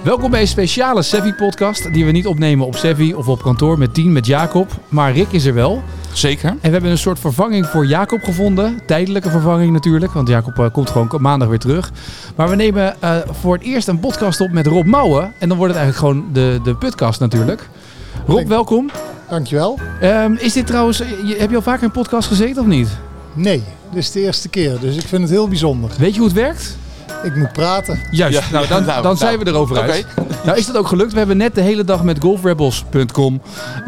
Welkom bij een speciale Sevi-podcast die we niet opnemen op Sevi of op kantoor met Tien, met Jacob. Maar Rick is er wel. Zeker. En we hebben een soort vervanging voor Jacob gevonden. Tijdelijke vervanging natuurlijk, want Jacob komt gewoon maandag weer terug. Maar we nemen voor het eerst een podcast op met Rob Mouwen. En dan wordt het eigenlijk gewoon de podcast natuurlijk. Rob, welkom. Dankjewel. Is dit trouwens, heb je al vaker in een podcast gezeten of niet? Nee, dit is de eerste keer, dus ik vind het heel bijzonder. Weet je hoe het werkt? Ik moet praten. Juist, dan zijn we erover uit. Nou is dat ook gelukt. We hebben net de hele dag met golfrebels.com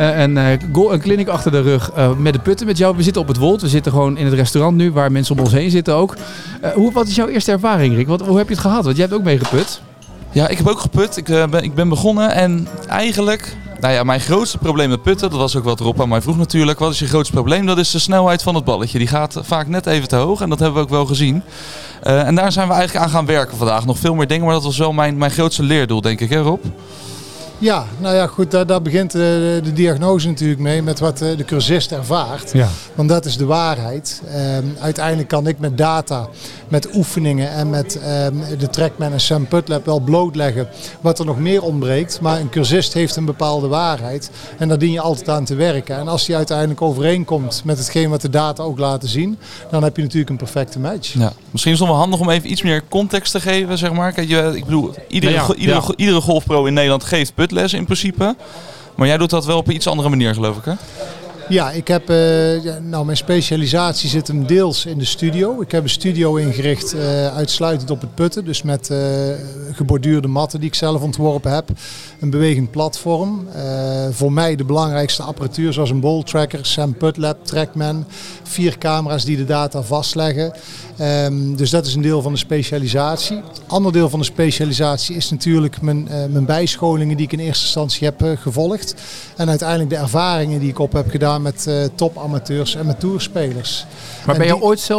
een clinic achter de rug met de putten met jou. We zitten op het Wold. We zitten gewoon in het restaurant nu, waar mensen om ons heen zitten ook. Wat is jouw eerste ervaring, Rick? Hoe heb je het gehad? Want jij hebt ook mee geput. Ja, ik heb ook geput. Ik ben begonnen en eigenlijk... Nou ja, mijn grootste probleem met putten, dat was ook wat Rob aan mij vroeg natuurlijk. Wat is je grootste probleem? Dat is de snelheid van het balletje. Die gaat vaak net even te hoog en dat hebben we ook wel gezien. En daar zijn we eigenlijk aan gaan werken vandaag. Nog veel meer dingen, maar dat was wel mijn grootste leerdoel, denk ik, hè Rob? Ja, nou ja, goed, daar begint de diagnose natuurlijk mee met wat de cursist ervaart. Ja. Want dat is de waarheid. Uiteindelijk kan ik met data, met oefeningen en met de Trackman en Sam Putlab wel blootleggen wat er nog meer ontbreekt. Maar een cursist heeft een bepaalde waarheid en daar dien je altijd aan te werken. En als die uiteindelijk overeenkomt met hetgeen wat de data ook laten zien, dan heb je natuurlijk een perfecte match. Ja. Misschien is het nog wel handig om even iets meer context te geven, zeg maar. Kijk, ik bedoel, iedere golfpro in Nederland geeft putles in principe. Maar jij doet dat wel op een iets andere manier, geloof ik, hè? Ja, ik heb, mijn specialisatie zit hem deels in de studio. Ik heb een studio ingericht uitsluitend op het putten. Dus met geborduurde matten die ik zelf ontworpen heb. Een bewegend platform. Voor mij de belangrijkste apparatuur zoals een ball tracker, Sam Putlab, Trackman. 4 camera's die de data vastleggen. Dus dat is een deel van de specialisatie. Ander deel van de specialisatie is natuurlijk mijn bijscholingen die ik in eerste instantie heb gevolgd. En uiteindelijk de ervaringen die ik op heb gedaan met topamateurs en met tourspelers. Maar ben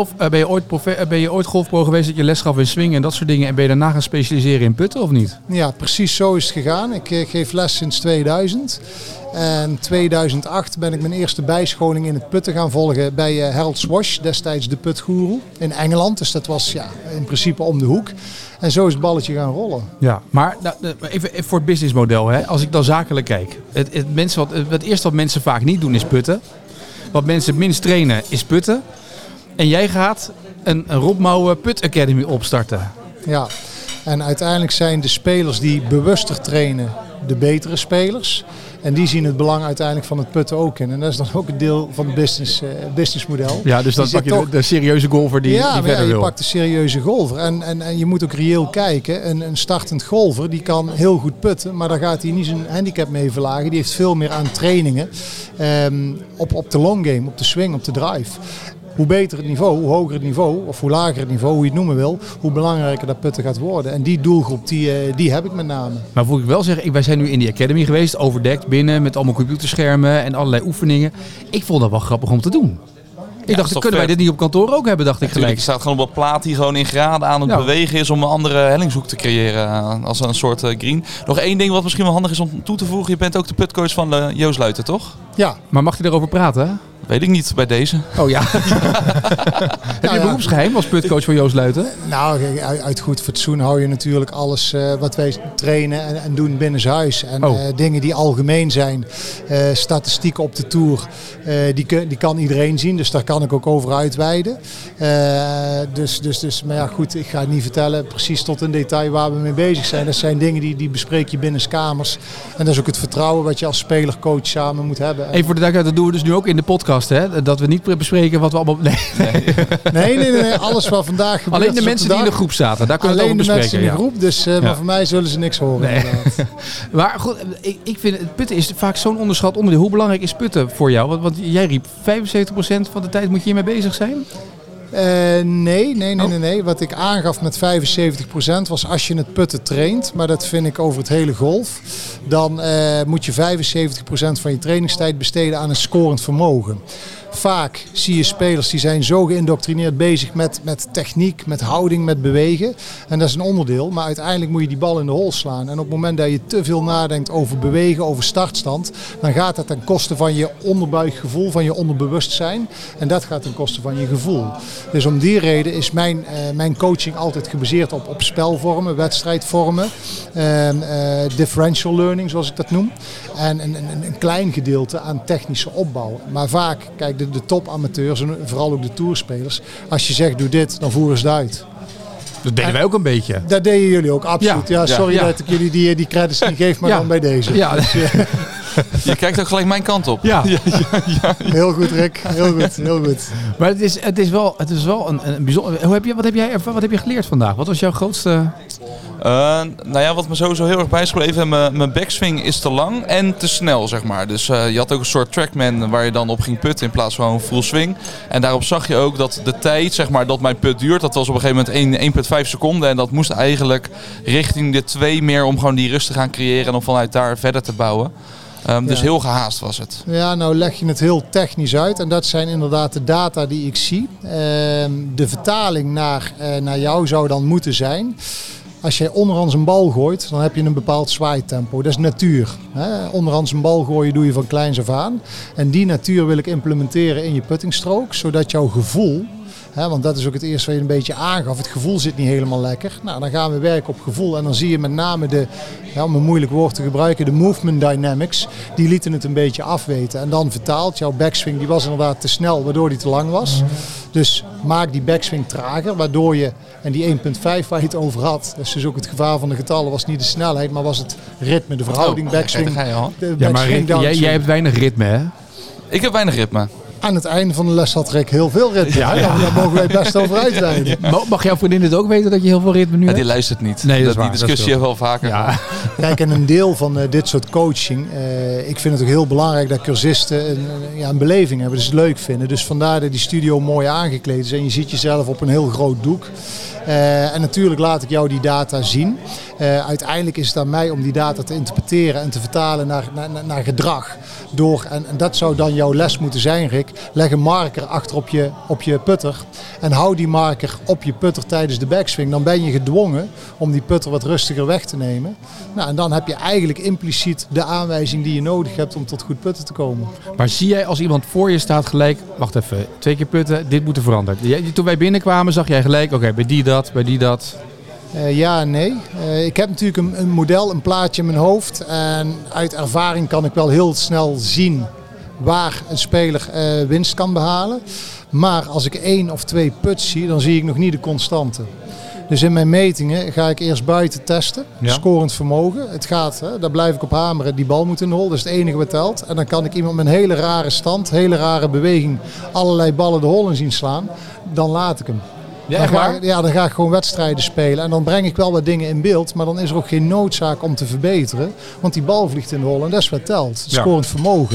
je ooit golfpro geweest dat je les gaf in swing en dat soort dingen en ben je daarna gaan specialiseren in putten of niet? Ja, precies zo is het gegaan. Ik geef les sinds 2000. En 2008 ben ik mijn eerste bijscholing in het putten gaan volgen bij Harold Swash, destijds de putgoeroe in Engeland. Dus dat was in principe om de hoek. En zo is het balletje gaan rollen. Ja, maar even voor het businessmodel. Hè. Als ik dan zakelijk kijk. Het eerste wat mensen vaak niet doen is putten. Wat mensen minst trainen is putten. En jij gaat een Rob Mouwen Put Academy opstarten. Ja, en uiteindelijk zijn de spelers die bewuster trainen de betere spelers. En die zien het belang uiteindelijk van het putten ook in. En dat is dan ook een deel van het businessmodel. Ja, dus dan pak je de serieuze golfer die verder wil. Ja, je pakt de serieuze golfer. En je moet ook reëel kijken. Een startend golfer die kan heel goed putten. Maar daar gaat hij niet zijn handicap mee verlagen. Die heeft veel meer aan trainingen. Op de long game, op de swing, op de drive. Hoe beter het niveau, hoe hoger het niveau, of hoe lager het niveau, hoe je het noemen wil, hoe belangrijker dat putten gaat worden. En die doelgroep, die heb ik met name. Maar moet ik wel zeggen, wij zijn nu in die academy geweest, overdekt binnen, met allemaal computerschermen en allerlei oefeningen. Ik vond dat wel grappig om te doen. Ik dacht, kunnen wij dit niet op kantoor ook hebben, dacht ik gelijk. Je staat gewoon op een plaat die gewoon in graden aan het bewegen is om een andere hellingshoek te creëren als een soort green. Nog één ding wat misschien wel handig is om toe te voegen. Je bent ook de putcoach van Joost Luiten, toch? Ja. Maar mag hij erover praten? Weet ik niet bij deze. Oh ja. Heb je beroepsgeheim als putcoach van Joost Luiten? Nou, uit goed fatsoen hou je natuurlijk alles wat wij trainen en doen binnenshuis. En dingen die algemeen zijn, statistieken op de Tour, die kan iedereen zien. Dus daar kan ik ook over uitweiden. Maar ja goed, ik ga het niet vertellen precies tot in detail waar we mee bezig zijn. Dat zijn dingen die bespreek je binnenskamers. En dat is ook het vertrouwen wat je als speler-coach samen moet hebben. Even voor de duidelijkheid, dat doen we dus nu ook in de podcast. Hè? Dat we niet bespreken wat we allemaal... Nee. Alles wat vandaag gebeurt. Alleen de mensen die in de groep zaten, daar kunnen we het over bespreken. Alleen de mensen in de groep, dus maar voor mij zullen ze niks horen. Nee. Maar goed, ik vind het putten is vaak zo'n onderschat onderdeel. Hoe belangrijk is putten voor jou? Want jij riep 75% van de tijd moet je hiermee bezig zijn? Nee. Wat ik aangaf met 75% was als je het putten traint, maar dat vind ik over het hele golf, dan moet je 75% van je trainingstijd besteden aan een scorend vermogen. Vaak zie je spelers die zijn zo geïndoctrineerd bezig met techniek, met houding, met bewegen. En dat is een onderdeel. Maar uiteindelijk moet je die bal in de hol slaan. En op het moment dat je te veel nadenkt over bewegen, over startstand, dan gaat dat ten koste van je onderbuikgevoel, van je onderbewustzijn. En dat gaat ten koste van je gevoel. Dus om die reden is mijn coaching altijd gebaseerd op spelvormen, wedstrijdvormen, differential learning zoals ik dat noem. En een klein gedeelte aan technische opbouw. Maar vaak, kijk, de topamateurs en vooral ook de tourspelers, als je zegt doe dit, dan voeren ze het uit. Dat deden wij ook een beetje. Dat deden jullie ook, absoluut. Ja, sorry dat ik jullie die credits niet geef, maar dan bij deze. Ja. Dus, Je kijkt ook gelijk mijn kant op. Ja. Heel goed, Rick. Heel goed. Maar het is wel een bijzonder... Wat heb je geleerd vandaag? Wat was jouw grootste... Wat me sowieso heel erg bijgebleven, mijn backswing is te lang en te snel, zeg maar. Dus je had ook een soort trackman waar je dan op ging putten in plaats van een full swing. En daarop zag je ook dat de tijd, zeg maar, dat mijn put duurt, dat was op een gegeven moment 1,5 seconden. En dat moest eigenlijk richting de 2 meer om gewoon die rust te gaan creëren en om vanuit daar verder te bouwen. Dus heel gehaast was het. Ja, nou leg je het heel technisch uit. En dat zijn inderdaad de data die ik zie. De vertaling naar jou zou dan moeten zijn... Als jij onderhands een bal gooit, dan heb je een bepaald zwaaitempo. Dat is natuur. Onderhands een bal gooien doe je van kleins af aan. En die natuur wil ik implementeren in je puttingstrook, zodat jouw gevoel... want dat is ook het eerste wat je een beetje aangaf. Het gevoel zit niet helemaal lekker. Nou, dan gaan we werken op gevoel. En dan zie je met name om een moeilijk woord te gebruiken, de movement dynamics. Die lieten het een beetje afweten. En dan vertaald, jouw backswing die was inderdaad te snel, waardoor die te lang was. Dus maak die backswing trager, waardoor je... En die 1,5 waar je het over had, dat is dus ook het gevaar van de getallen, was niet de snelheid, maar was het ritme, de verhouding backswing. Maar Rick, jij hebt weinig ritme, hè? Ik heb weinig ritme. Aan het einde van de les had Rick heel veel ritme. Ja. Daar mogen wij best over uitweiden. Mag jouw vriendin het ook weten dat je heel veel ritme nu hebt? Die luistert niet. Nee, die discussie hebben we wel vaker. Ja. Kijk, en een deel van dit soort coaching, ik vind het ook heel belangrijk dat cursisten een beleving hebben, dus het leuk vinden. Dus vandaar dat die studio mooi aangekleed is en je ziet jezelf op een heel groot doek. En natuurlijk laat ik jou die data zien. Uiteindelijk is het aan mij om die data te interpreteren en te vertalen naar gedrag. En dat zou dan jouw les moeten zijn, Rick. Leg een marker achter op je putter. En hou die marker op je putter tijdens de backswing. Dan ben je gedwongen om die putter wat rustiger weg te nemen. Nou, en dan heb je eigenlijk impliciet de aanwijzing die je nodig hebt om tot goed putten te komen. Maar zie jij als iemand voor je staat gelijk... Wacht even, 2 keer putten, dit moet er veranderd. Toen wij binnenkwamen zag jij gelijk, oké, bij die dat... Ja en nee. Ik heb natuurlijk een model, een plaatje in mijn hoofd. En uit ervaring kan ik wel heel snel zien waar een speler winst kan behalen. Maar als ik 1 of 2 puts zie, dan zie ik nog niet de constante. Dus in mijn metingen ga ik eerst buiten testen, scorend vermogen. Het gaat, daar blijf ik op hameren, die bal moet in de hol, dat is het enige wat telt. En dan kan ik iemand met een hele rare stand, hele rare beweging, allerlei ballen de hol in zien slaan. Dan laat ik hem. Dan ga ik gewoon wedstrijden spelen en dan breng ik wel wat dingen in beeld, maar dan is er ook geen noodzaak om te verbeteren, want die bal vliegt in de hol en dat is wat telt, het scorend vermogen.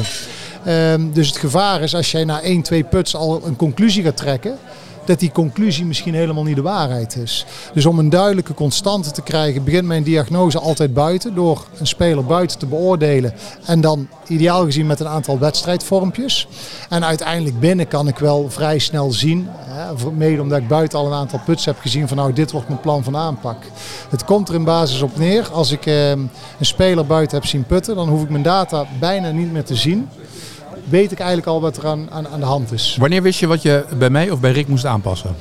Dus het gevaar is als jij na 1, 2 puts al een conclusie gaat trekken, dat die conclusie misschien helemaal niet de waarheid is. Dus om een duidelijke constante te krijgen, begint mijn diagnose altijd buiten, door een speler buiten te beoordelen en dan ideaal gezien met een aantal wedstrijdvormpjes. En uiteindelijk binnen kan ik wel vrij snel zien, mede omdat ik buiten al een aantal puts heb gezien van nou, dit wordt mijn plan van aanpak. Het komt er in basis op neer, als ik een speler buiten heb zien putten, dan hoef ik mijn data bijna niet meer te zien. Weet ik eigenlijk al wat er aan de hand is. Wanneer wist je wat je bij mij of bij Rick moest aanpassen?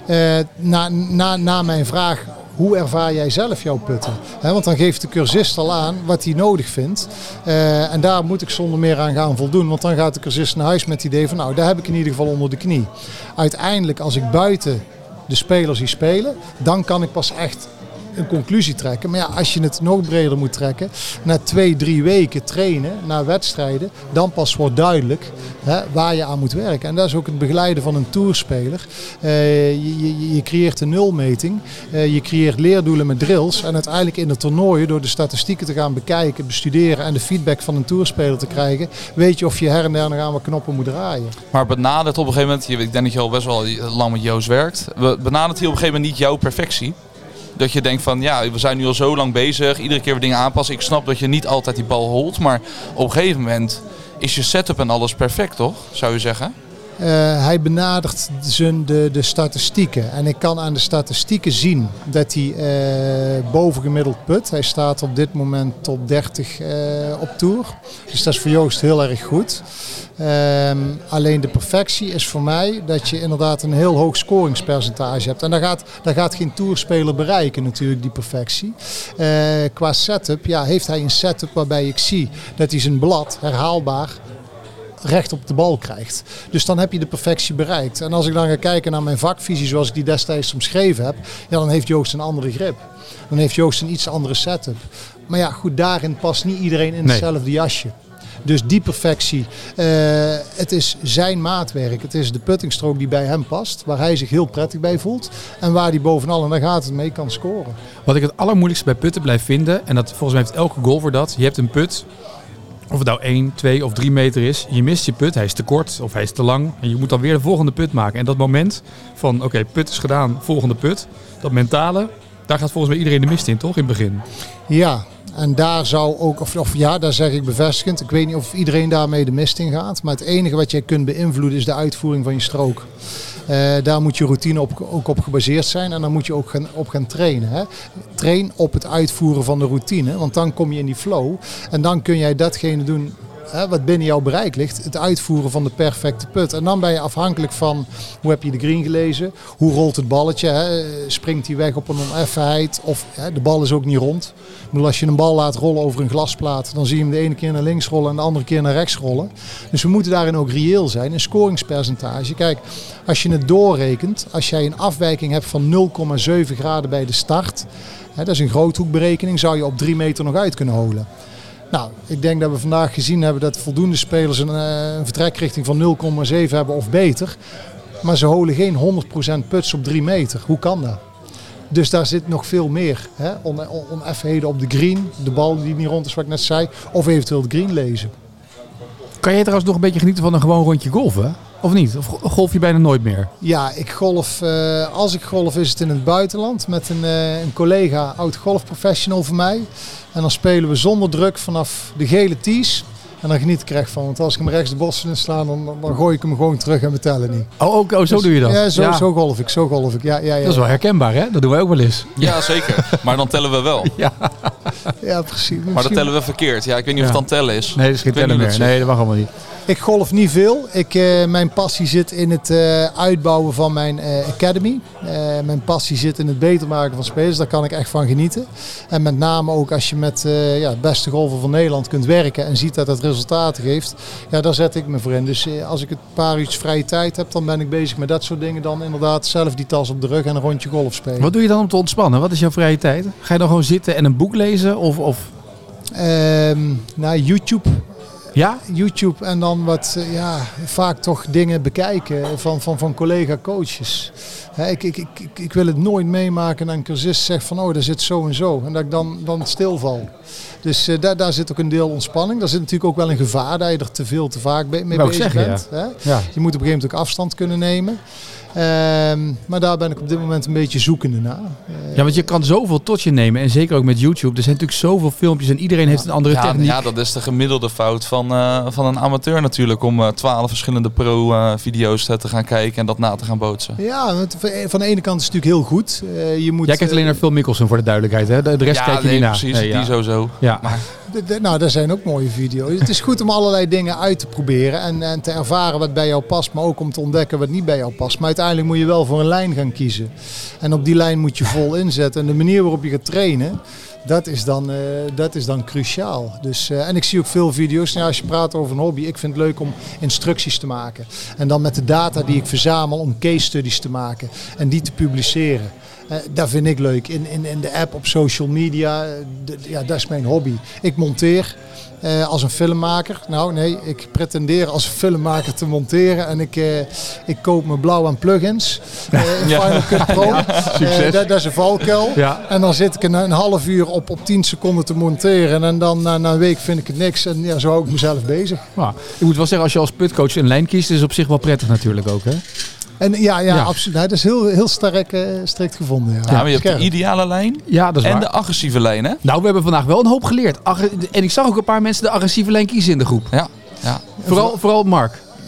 Na mijn vraag, hoe ervaar jij zelf jouw putten? Want dan geeft de cursist al aan wat hij nodig vindt. En daar moet ik zonder meer aan gaan voldoen. Want dan gaat de cursist naar huis met het idee van nou, daar heb ik in ieder geval onder de knie. Uiteindelijk, als ik buiten de spelers zie spelen, dan kan ik pas echt een conclusie trekken. Maar ja, als je het nog breder moet trekken, na 2-3 weken trainen, na wedstrijden, dan pas wordt duidelijk waar je aan moet werken. En dat is ook het begeleiden van een tourspeler. Je creëert een nulmeting, je creëert leerdoelen met drills en uiteindelijk in de toernooien, door de statistieken te gaan bekijken, bestuderen en de feedback van een tourspeler te krijgen, weet je of je her en der nog aan wat knoppen moet draaien. Maar benadert op een gegeven moment, ik denk dat je al best wel lang met Joost werkt, benadert hij op een gegeven moment niet jouw perfectie? Dat je denkt van ja, we zijn nu al zo lang bezig, iedere keer weer dingen aanpassen. Ik snap dat je niet altijd die bal holt, maar op een gegeven moment is je setup en alles perfect, toch? Zou je zeggen? Hij benadert de statistieken. En ik kan aan de statistieken zien dat hij bovengemiddeld put. Hij staat op dit moment top 30 op Tour. Dus dat is voor Joost heel erg goed. Alleen de perfectie is voor mij dat je inderdaad een heel hoog scoringspercentage hebt. En daar gaat geen tourspeler bereiken natuurlijk, die perfectie. Qua setup, heeft hij een setup waarbij ik zie dat hij zijn blad herhaalbaar recht op de bal krijgt. Dus dan heb je de perfectie bereikt. En als ik dan ga kijken naar mijn vakvisie zoals ik die destijds omschreven heb, dan heeft Joost een andere grip. Dan heeft Joost een iets andere setup. Maar ja, goed, daarin past niet iedereen in hetzelfde jasje. Dus die perfectie, het is zijn maatwerk. Het is de puttingstrook die bij hem past. Waar hij zich heel prettig bij voelt. En waar hij bovenal, en daar gaat het mee, kan scoren. Wat ik het allermoeilijkste bij putten blijf vinden, en dat volgens mij heeft elke golfer dat. Je hebt een put, of het nou 1, 2 of 3 meter is. Je mist je put, hij is te kort of hij is te lang. En je moet dan weer de volgende put maken. En dat moment van, oké, put is gedaan, volgende put. Dat mentale, daar gaat volgens mij iedereen de mist in, toch? In het begin. Ja. En daar zou ook, daar zeg ik bevestigend. Ik weet niet of iedereen daarmee de mist in gaat. Maar het enige wat jij kunt beïnvloeden is de uitvoering van je strook. Daar moet je routine ook op gebaseerd zijn. En dan moet je ook op gaan trainen. Hè. Train op het uitvoeren van de routine. Want dan kom je in die flow. En dan kun jij datgene doen wat binnen jouw bereik ligt. Het uitvoeren van de perfecte put. En dan ben je afhankelijk van hoe heb je de green gelezen. Hoe rolt het balletje. Hè? Springt hij weg op een oneffenheid. Of de bal is ook niet rond. Ik bedoel, als je een bal laat rollen over een glasplaat. Dan zie je hem de ene keer naar links rollen en de andere keer naar rechts rollen. Dus we moeten daarin ook reëel zijn. Een scoringspercentage. Kijk, als je het doorrekent. Als jij een afwijking hebt van 0,7 graden bij de start. Dat is een groothoekberekening. Zou je op 3 meter nog uit kunnen holen. Nou, ik denk dat we vandaag gezien hebben dat voldoende spelers een vertrekrichting van 0,7 hebben of beter. Maar ze holen geen 100% puts op 3 meter. Hoe kan dat? Dus daar zit nog veel meer. Oneffenheden op de green, de bal die niet rond is wat ik net zei. Of eventueel de green lezen. Kan jij trouwens nog een beetje genieten van een gewoon rondje golfen? Of niet? Of golf je bijna nooit meer? Ja, ik golf. Als ik golf is het in het buitenland met een collega, oud golfprofessional van mij. En dan spelen we zonder druk vanaf de gele tees. En dan geniet ik er echt van. Want als ik hem rechts de bossen in sla, dan gooi ik hem gewoon terug en we tellen niet. Oh, zo dus, doe je dat? Ja, zo golf ik. Ja. Dat is wel herkenbaar, hè? Dat doen wij ook wel eens. Ja, zeker. Maar dan tellen we wel. Ja, precies. Maar dat tellen we verkeerd. Ja, ik weet niet of het dan tellen is. Nee, dat is geen tellen meer. Nee, dat mag allemaal niet. Ik golf niet veel. Mijn passie zit in het uitbouwen van mijn academy. Mijn passie zit in het beter maken van spelers. Daar kan ik echt van genieten. En met name ook als je met het beste golfer van Nederland kunt werken en ziet dat het resultaten geeft. Ja, daar zet ik me voor in. Dus als ik een paar uurtjes vrije tijd heb, dan ben ik bezig met dat soort dingen. Dan inderdaad zelf die tas op de rug en een rondje golf spelen. Wat doe je dan om te ontspannen? Wat is jouw vrije tijd? Ga je dan gewoon zitten en een boek lezen? Of? YouTube. Ja? YouTube en dan vaak toch dingen bekijken van collega-coaches. Ik wil het nooit meemaken dat een cursist zegt van daar zit zo en zo. En dat ik dan stilval. Dus daar zit ook een deel ontspanning. Daar zit natuurlijk ook wel een gevaar dat je er te vaak mee bezig bent. Ja. Hè? Ja. Je moet op een gegeven moment ook afstand kunnen nemen. Maar daar ben ik op dit moment een beetje zoekende naar. Ja, want je kan zoveel tot je nemen. En zeker ook met YouTube. Er zijn natuurlijk zoveel filmpjes en iedereen heeft een andere techniek. Ja, dat is de gemiddelde fout van een amateur natuurlijk. Om 12 verschillende pro-video's te gaan kijken en dat na te gaan bootsen. Ja, van de ene kant is het natuurlijk heel goed. Jij kijkt alleen naar Phil Mickelson voor de duidelijkheid. Hè? De rest kijk je niet naar. Precies, die sowieso. Ja. Maar daar zijn ook mooie video's. Het is goed om allerlei dingen uit te proberen en te ervaren wat bij jou past, maar ook om te ontdekken wat niet bij jou past. Maar uiteindelijk moet je wel voor een lijn gaan kiezen. En op die lijn moet je vol inzetten. En de manier waarop je gaat trainen, dat is dan cruciaal. Dus, en ik zie ook veel video's. Nou, als je praat over een hobby, ik vind het leuk om instructies te maken. En dan met de data die ik verzamel om case studies te maken en die te publiceren. Dat vind ik leuk. In de app, op social media, dat is mijn hobby. Ik monteer als een filmmaker. Nou nee, ik pretendeer als een filmmaker te monteren. En ik koop me blauw aan plugins. In Final Cut Pro. Succes. Dat is een valkuil. Ja. En dan zit ik een half uur op 10 seconden te monteren. En dan na een week vind ik het niks. En zo hou ik mezelf bezig. Nou, ik moet wel zeggen, als je als putcoach een lijn kiest, is het op zich wel prettig natuurlijk ook, hè? En ja, absoluut. Dat is heel strikt gevonden. Ja. Maar je hebt de ideale lijn dat is en waar. de agressieve lijn, hè? Nou, we hebben vandaag wel een hoop geleerd. En ik zag ook een paar mensen de agressieve lijn kiezen in de groep. Ja. Vooral Mark.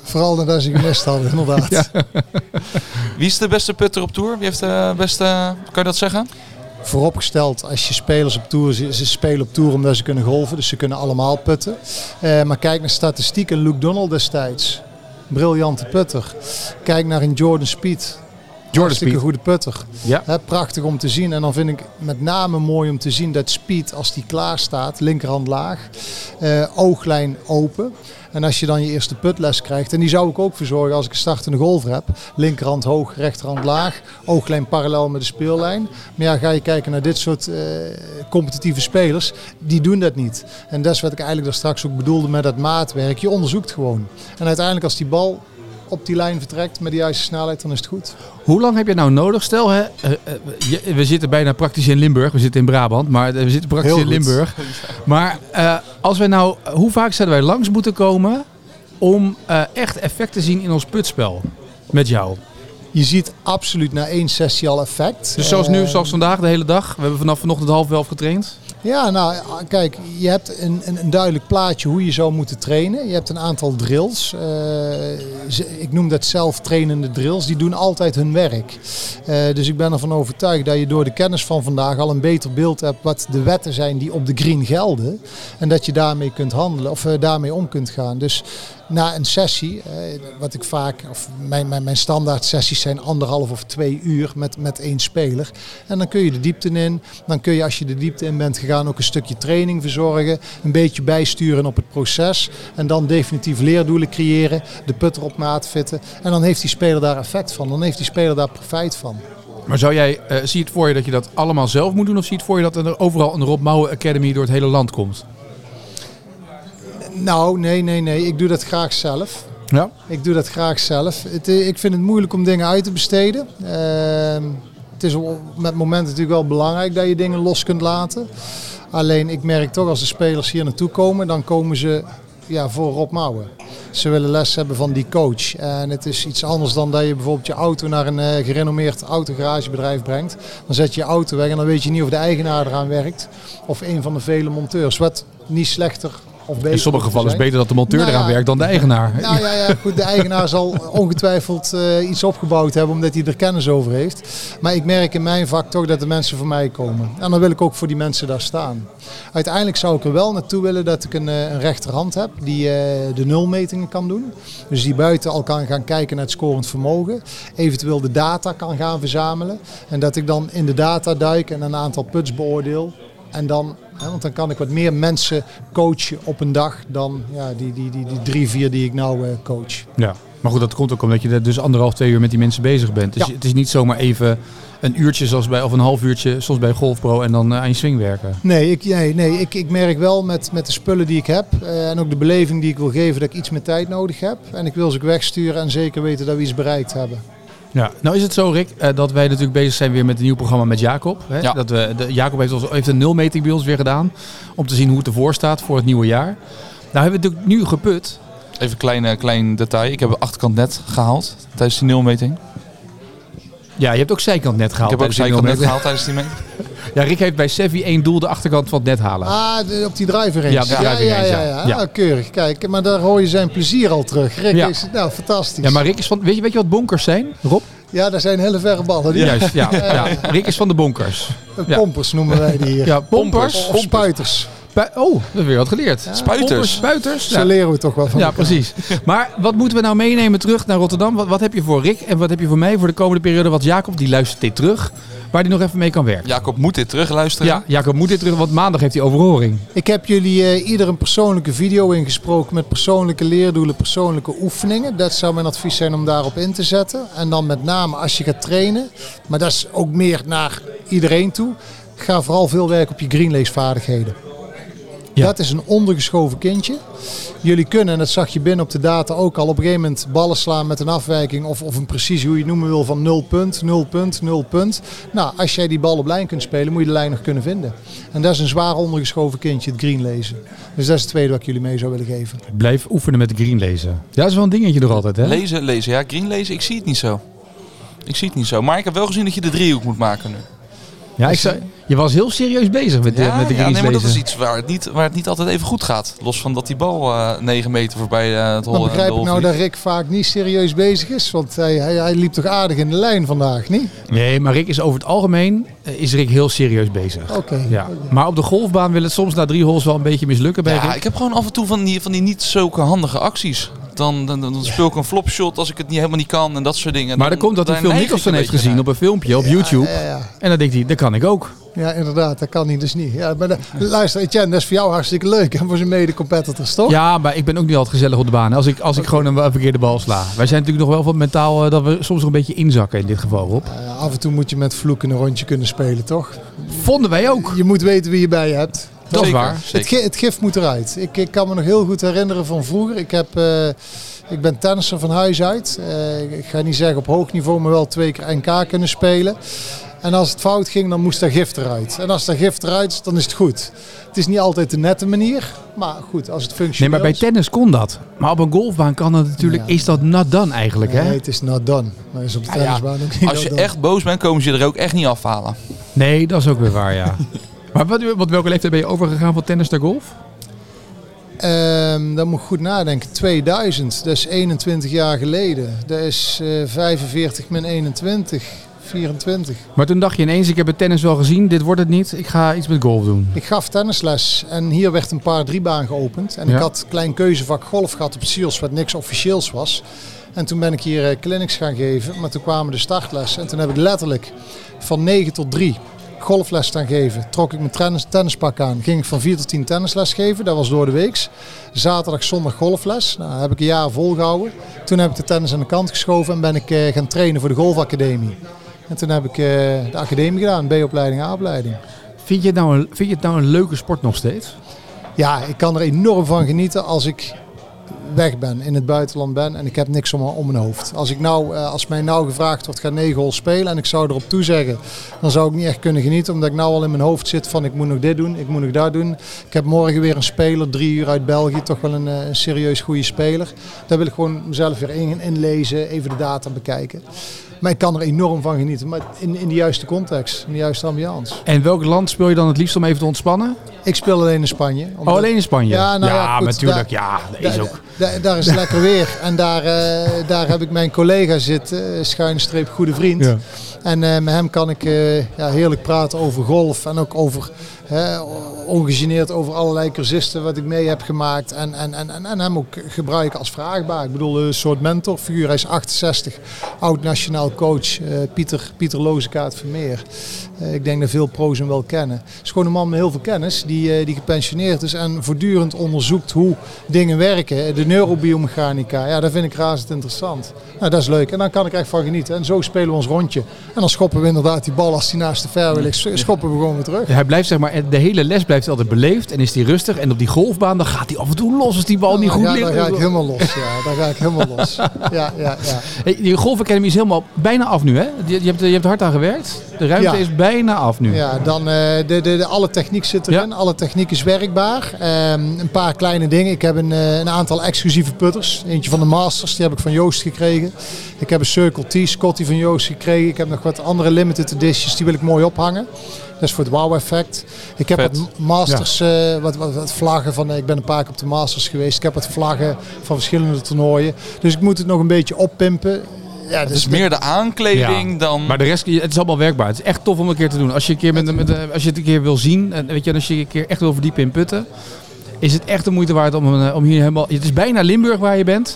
Vooral nadat ze gemist hadden, inderdaad. Ja. Wie is de beste putter op tour? Wie heeft de beste, kan je dat zeggen? Vooropgesteld, als je spelers op tour, ze spelen op tour omdat ze kunnen golven, dus ze kunnen allemaal putten. Maar kijk naar statistieken, Luke Donald destijds, briljante putter. Kijk naar een Jordan Spieth. Hartstikke goede putter. Ja. Prachtig om te zien. En dan vind ik met name mooi om te zien dat Spieth, als die klaar staat, linkerhand laag, ooglijn open. En als je dan je eerste putles krijgt, en die zou ik ook verzorgen als ik een startende golfer heb. Linkerhand hoog, rechterhand laag, ooglijn parallel met de speellijn. Maar ja, ga je kijken naar dit soort competitieve spelers, die doen dat niet. En dat is wat ik eigenlijk daar straks ook bedoelde met dat maatwerk. Je onderzoekt gewoon. En uiteindelijk als die bal op die lijn vertrekt met de juiste snelheid, dan is het goed. Hoe lang heb je nou nodig? Stel, we zitten bijna praktisch in Limburg. We zitten in Brabant, maar we zitten praktisch in Limburg. Maar als wij nou, hoe vaak zouden wij langs moeten komen om echt effect te zien in ons putspel met jou? Je ziet absoluut na 1 sessie al effect. Dus zoals nu, zoals vandaag, de hele dag. We hebben vanaf vanochtend 10:30 getraind. Ja, nou kijk, je hebt een duidelijk plaatje hoe je zou moeten trainen. Je hebt een aantal drills. Ik noem dat zelftrainende drills. Die doen altijd hun werk. Dus ik ben ervan overtuigd dat je door de kennis van vandaag al een beter beeld hebt wat de wetten zijn die op de green gelden. En dat je daarmee kunt handelen of daarmee om kunt gaan. Dus na een sessie, wat ik vaak, of mijn standaard sessies zijn 1,5 of 2 uur met 1 speler. En dan kun je de diepte in. Dan kun je, als je de diepte in bent gegaan, ook een stukje training verzorgen. Een beetje bijsturen op het proces. En dan definitief leerdoelen creëren. De putter op maat fitten. En dan heeft die speler daar effect van. Dan heeft die speler daar profijt van. Maar zie je het voor je dat je dat allemaal zelf moet doen? Of zie je het voor je dat er overal een Rob Mouwen Academy door het hele land komt? Nou, nee. Ik doe dat graag zelf. Ja? Ik doe dat graag zelf. Ik vind het moeilijk om dingen uit te besteden. Het is met momenten natuurlijk wel belangrijk dat je dingen los kunt laten. Alleen ik merk toch als de spelers hier naartoe komen, dan komen ze voor Rob Mouwen. Ze willen les hebben van die coach. En het is iets anders dan dat je bijvoorbeeld je auto naar een gerenommeerd autogaragebedrijf brengt. Dan zet je je auto weg en dan weet je niet of de eigenaar eraan werkt. Of een van de vele monteurs. Wat niet slechter of beter. In sommige gevallen is het beter dat de monteur eraan werkt dan de eigenaar. Nou ja, goed. De eigenaar zal ongetwijfeld iets opgebouwd hebben omdat hij er kennis over heeft. Maar ik merk in mijn vak toch dat de mensen voor mij komen. En dan wil ik ook voor die mensen daar staan. Uiteindelijk zou ik er wel naartoe willen dat ik een rechterhand heb die de nulmetingen kan doen. Dus die buiten al kan gaan kijken naar het scorend vermogen. Eventueel de data kan gaan verzamelen. En dat ik dan in de data duik en een aantal puts beoordeel. En dan, want dan kan ik wat meer mensen coachen op een dag dan die 3-4 die ik nou coach. Ja, maar goed, dat komt ook omdat je er dus 1,5-2 uur met die mensen bezig bent. Dus het is niet zomaar even een uurtje of een half uurtje soms bij Golfpro en dan aan je swing werken. Nee, ik merk wel met de spullen die ik heb en ook de beleving die ik wil geven dat ik iets meer tijd nodig heb. En ik wil ze ook wegsturen en zeker weten dat we iets bereikt hebben. Ja, nou is het zo, Rick, dat wij natuurlijk bezig zijn weer met een nieuw programma met Jacob. Hè? Ja. Jacob heeft een nulmeting bij ons weer gedaan om te zien hoe het ervoor staat voor het nieuwe jaar. Nou hebben we natuurlijk nu geput. Even een klein detail. Ik heb een achterkant net gehaald tijdens die nulmeting. Ja, je hebt ook zijkant net gehaald. Ik heb ook zijkant net gehaald tijdens die meting. Ja, Rick heeft bij Sevi 1 doel de achterkant van het net halen. Op die driver range. Ja, de driver range, ja. Ah, keurig. Kijk, maar daar hoor je zijn plezier al terug. Rick is fantastisch. Ja, maar Rick is van... Weet je wat bonkers zijn, Rob? Ja, dat zijn hele verre ballen. Juist, ja. Rick is van de bonkers. Pompers noemen wij die hier. Ja, pompers. Of spuiters. We hebben weer wat geleerd. Ja. Spuiters. Zo leren we toch wel van elkaar. Precies. Maar wat moeten we nou meenemen terug naar Rotterdam? Wat heb je voor Rick en wat heb je voor mij voor de komende periode? Want Jacob die luistert dit terug, waar hij nog even mee kan werken. Jacob moet dit terug luisteren. Ja, Jacob moet dit terug, want maandag heeft hij overhoring. Ik heb jullie ieder een persoonlijke video ingesproken met persoonlijke leerdoelen, persoonlijke oefeningen. Dat zou mijn advies zijn om daarop in te zetten. En dan met name als je gaat trainen, maar dat is ook meer naar iedereen toe. Ga vooral veel werken op je greenleesvaardigheden. Ja. Dat is een ondergeschoven kindje. Jullie kunnen, en dat zag je binnen op de data ook al, op een gegeven moment ballen slaan met een afwijking of een precisie, hoe je het noemen wil, van 0 punt, 0 punt, 0 punt. Nou, als jij die bal op lijn kunt spelen, moet je de lijn nog kunnen vinden. En dat is een zwaar ondergeschoven kindje, het green lezen. Dus dat is het tweede wat ik jullie mee zou willen geven. Blijf oefenen met de green lezen. Ja, dat is wel een dingetje nog altijd, hè? Lezen. Ja, green lezen, ik zie het niet zo. Maar ik heb wel gezien dat je de driehoek moet maken nu. Ja, je was heel serieus bezig met de greenslezen. Nee, maar dat is iets waar het niet altijd even goed gaat. Los van dat die bal 9 meter voorbij het hol. Maar begrijp ik nou dat Rick vaak niet serieus bezig is? Want hij liep toch aardig in de lijn vandaag, niet? Nee, maar Rick is over het algemeen is Rick heel serieus bezig. Oké. Ja. Maar op de golfbaan wil het soms na 3 holes wel een beetje mislukken bij Rick. Ik heb gewoon af en toe van die niet zulke handige acties. Dan speel ik een flopshot als ik het helemaal niet kan en dat soort dingen. Maar dan komt dat hij Phil Mickelson heeft gezien op een filmpje op YouTube. Ja. En dan denkt hij, dat kan ik ook. Ja, inderdaad, dat kan hij dus niet. Ja, maar luister, Etienne, dat is voor jou hartstikke leuk en voor zijn mede-competitors, toch? Ja, maar ik ben ook niet altijd gezellig op de baan. Als ik gewoon een verkeerde bal sla. Wij zijn natuurlijk nog wel van mentaal dat we soms nog een beetje inzakken in dit geval, Rob. Af en toe moet je met vloeken een rondje kunnen spelen, toch? Vonden wij ook. Je moet weten wie je bij je hebt. Dat is waar. Het gif moet eruit. Ik kan me nog heel goed herinneren van vroeger. Ik ben tennisser van huis uit. Ik ga niet zeggen op hoog niveau, maar wel 2 keer NK kunnen spelen. En als het fout ging, dan moest daar gif eruit. En als daar gif eruit is, dan is het goed. Het is niet altijd de nette manier, maar goed, als het functioneel Nee, maar bij tennis kon dat. Maar op een golfbaan kan dat natuurlijk, is dat not done eigenlijk, hè? Nee, het is not done. Maar is op de tennisbaan ook niet als je echt boos bent, komen ze er ook echt niet afhalen. Nee, dat is ook weer waar, ja. Maar welke leeftijd ben je overgegaan van tennis naar golf? Dan moet ik goed nadenken. 2000, dat is 21 jaar geleden. Dat is 45 min 21, 24. Maar toen dacht je ineens, ik heb het tennis wel gezien, dit wordt het niet. Ik ga iets met golf doen. Ik gaf tennisles en hier werd een paar 3-baan geopend. En ik had een klein keuzevak golf gehad op SIOS, wat niks officieels was. En toen ben ik hier clinics gaan geven, maar toen kwamen de startlessen. En toen heb ik letterlijk van 9 tot 3 golfles staan geven. Trok ik mijn tennispak aan. Ging ik van 4 tot 10 tennisles geven. Dat was door de weeks. Zaterdag, zondag golfles. Nou, heb ik een jaar volgehouden. Toen heb ik de tennis aan de kant geschoven en ben ik gaan trainen voor de golfacademie. En toen heb ik de academie gedaan. B-opleiding, A-opleiding. Vind je het nou een leuke sport nog steeds? Ja, ik kan er enorm van genieten als ik weg ben, in het buitenland ben en ik heb niks om mijn hoofd. Als mij nou gevraagd wordt, ga 9 holes spelen en ik zou erop toezeggen, dan zou ik niet echt kunnen genieten, omdat ik nou al in mijn hoofd zit van ik moet nog dit doen, ik moet nog dat doen. Ik heb morgen weer een speler, 3 uur uit België, toch wel een serieus goede speler. Daar wil ik gewoon mezelf weer inlezen, even de data bekijken. Maar ik kan er enorm van genieten, maar in de juiste context, in de juiste ambiance. En welk land speel je dan het liefst om even te ontspannen? Ik speel alleen in Spanje. Alleen in Spanje? Ja, goed, natuurlijk. Dat is ook. Daar is lekker weer. En daar heb ik mijn collega zitten, _, goede vriend. Ja. En met hem kan ik heerlijk praten over golf en ook over ongegeneerd over allerlei cursisten wat ik mee heb gemaakt. En hem ook gebruiken als vraagbaar. Ik bedoel, een soort mentorfiguur. Hij is 68, oud nationaal coach, Pieter Lozekaart Vermeer. Ik denk dat veel pro's hem wel kennen. Het is gewoon een man met heel veel kennis die gepensioneerd is en voortdurend onderzoekt hoe dingen werken. De neurobiomechanica, ja, dat vind ik razend interessant. Nou, dat is leuk en dan kan ik echt van genieten. En zo spelen we ons rondje. En dan schoppen we inderdaad die bal als die naast de fairway ligt, schoppen we gewoon weer terug. Ja, hij blijft, zeg maar, de hele les blijft altijd beleefd en is hij rustig. En op die golfbaan dan gaat hij af en toe los als die bal niet goed ligt. Daar ga ik helemaal los. Ja, daar ga ik helemaal los. Ja. Hey, die Golf Academy is helemaal bijna af nu, hè? Je hebt hard aan gewerkt. De ruimte is bijna af nu. Ja, dan alle techniek zit erin. Ja. Alle techniek is werkbaar. Een paar kleine dingen. Ik heb een aantal exclusieve putters. Eentje van de Masters, die heb ik van Joost gekregen. Ik heb een Circle T Scotty van Joost gekregen. Ik heb nog wat andere limited editions, die wil ik mooi ophangen. Dat is voor het wow-effect. Ik heb wat Masters, wat vlaggen van. Ik ben een paar keer op de Masters geweest. Ik heb wat vlaggen van verschillende toernooien. Dus ik moet het nog een beetje oppimpen. Ja, het is meer de aankleding dan. Maar de rest, het is allemaal werkbaar. Het is echt tof om een keer te doen. Als je als je het een keer wil zien, en weet je, als je een keer echt wil verdiepen in putten, is het echt de moeite waard om hier helemaal. Het is bijna Limburg waar je bent.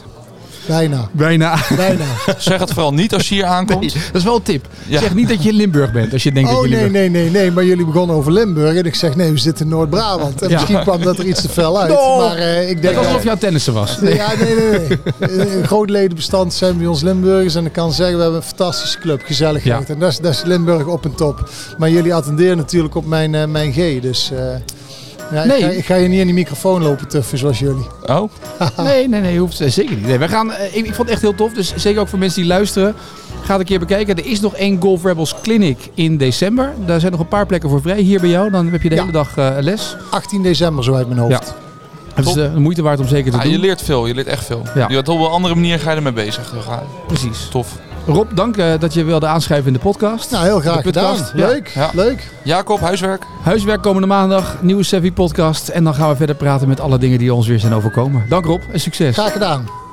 Bijna. Zeg het vooral niet als je hier aankomt. Nee, dat is wel een tip. Ja. Zeg niet dat je in Limburg bent als je denkt dat je Limburg bent. Nee. Maar jullie begonnen over Limburg. En ik zeg nee, we zitten in Noord-Brabant. En misschien kwam dat er iets te fel uit. Maar ik denk alsof je aan tennissen was. Nee. Een groot ledenbestand zijn bij ons Limburgers. En ik kan zeggen, we hebben een fantastische club. Gezelligheid. Ja. En dat is Limburg op en top. Maar jullie attenderen natuurlijk op mijn G. Dus... Ja, nee. Ik ga je niet in die microfoon lopen tuffen zoals jullie. Oh? Nee, hoeft zeker niet. Nee, we gaan, ik vond het echt heel tof, dus zeker ook voor mensen die luisteren. Ga het een keer bekijken. Er is nog 1 Golf Rebels Clinic in december. Daar zijn nog een paar plekken voor vrij hier bij jou. Dan heb je de hele dag les. 18 december zo uit mijn hoofd. Ja. Het is de moeite waard om zeker te doen. Je leert veel, je leert echt veel. Ja. Op een andere manier ga je ermee bezig. Precies. Tof. Rob, dank dat je wilde aanschrijven in de podcast. Nou, heel graag gedaan. Leuk, ja. leuk. Jacob, huiswerk. Huiswerk komende maandag, nieuwe Savvy podcast. En dan gaan we verder praten met alle dingen die ons weer zijn overkomen. Dank Rob en succes. Graag gedaan.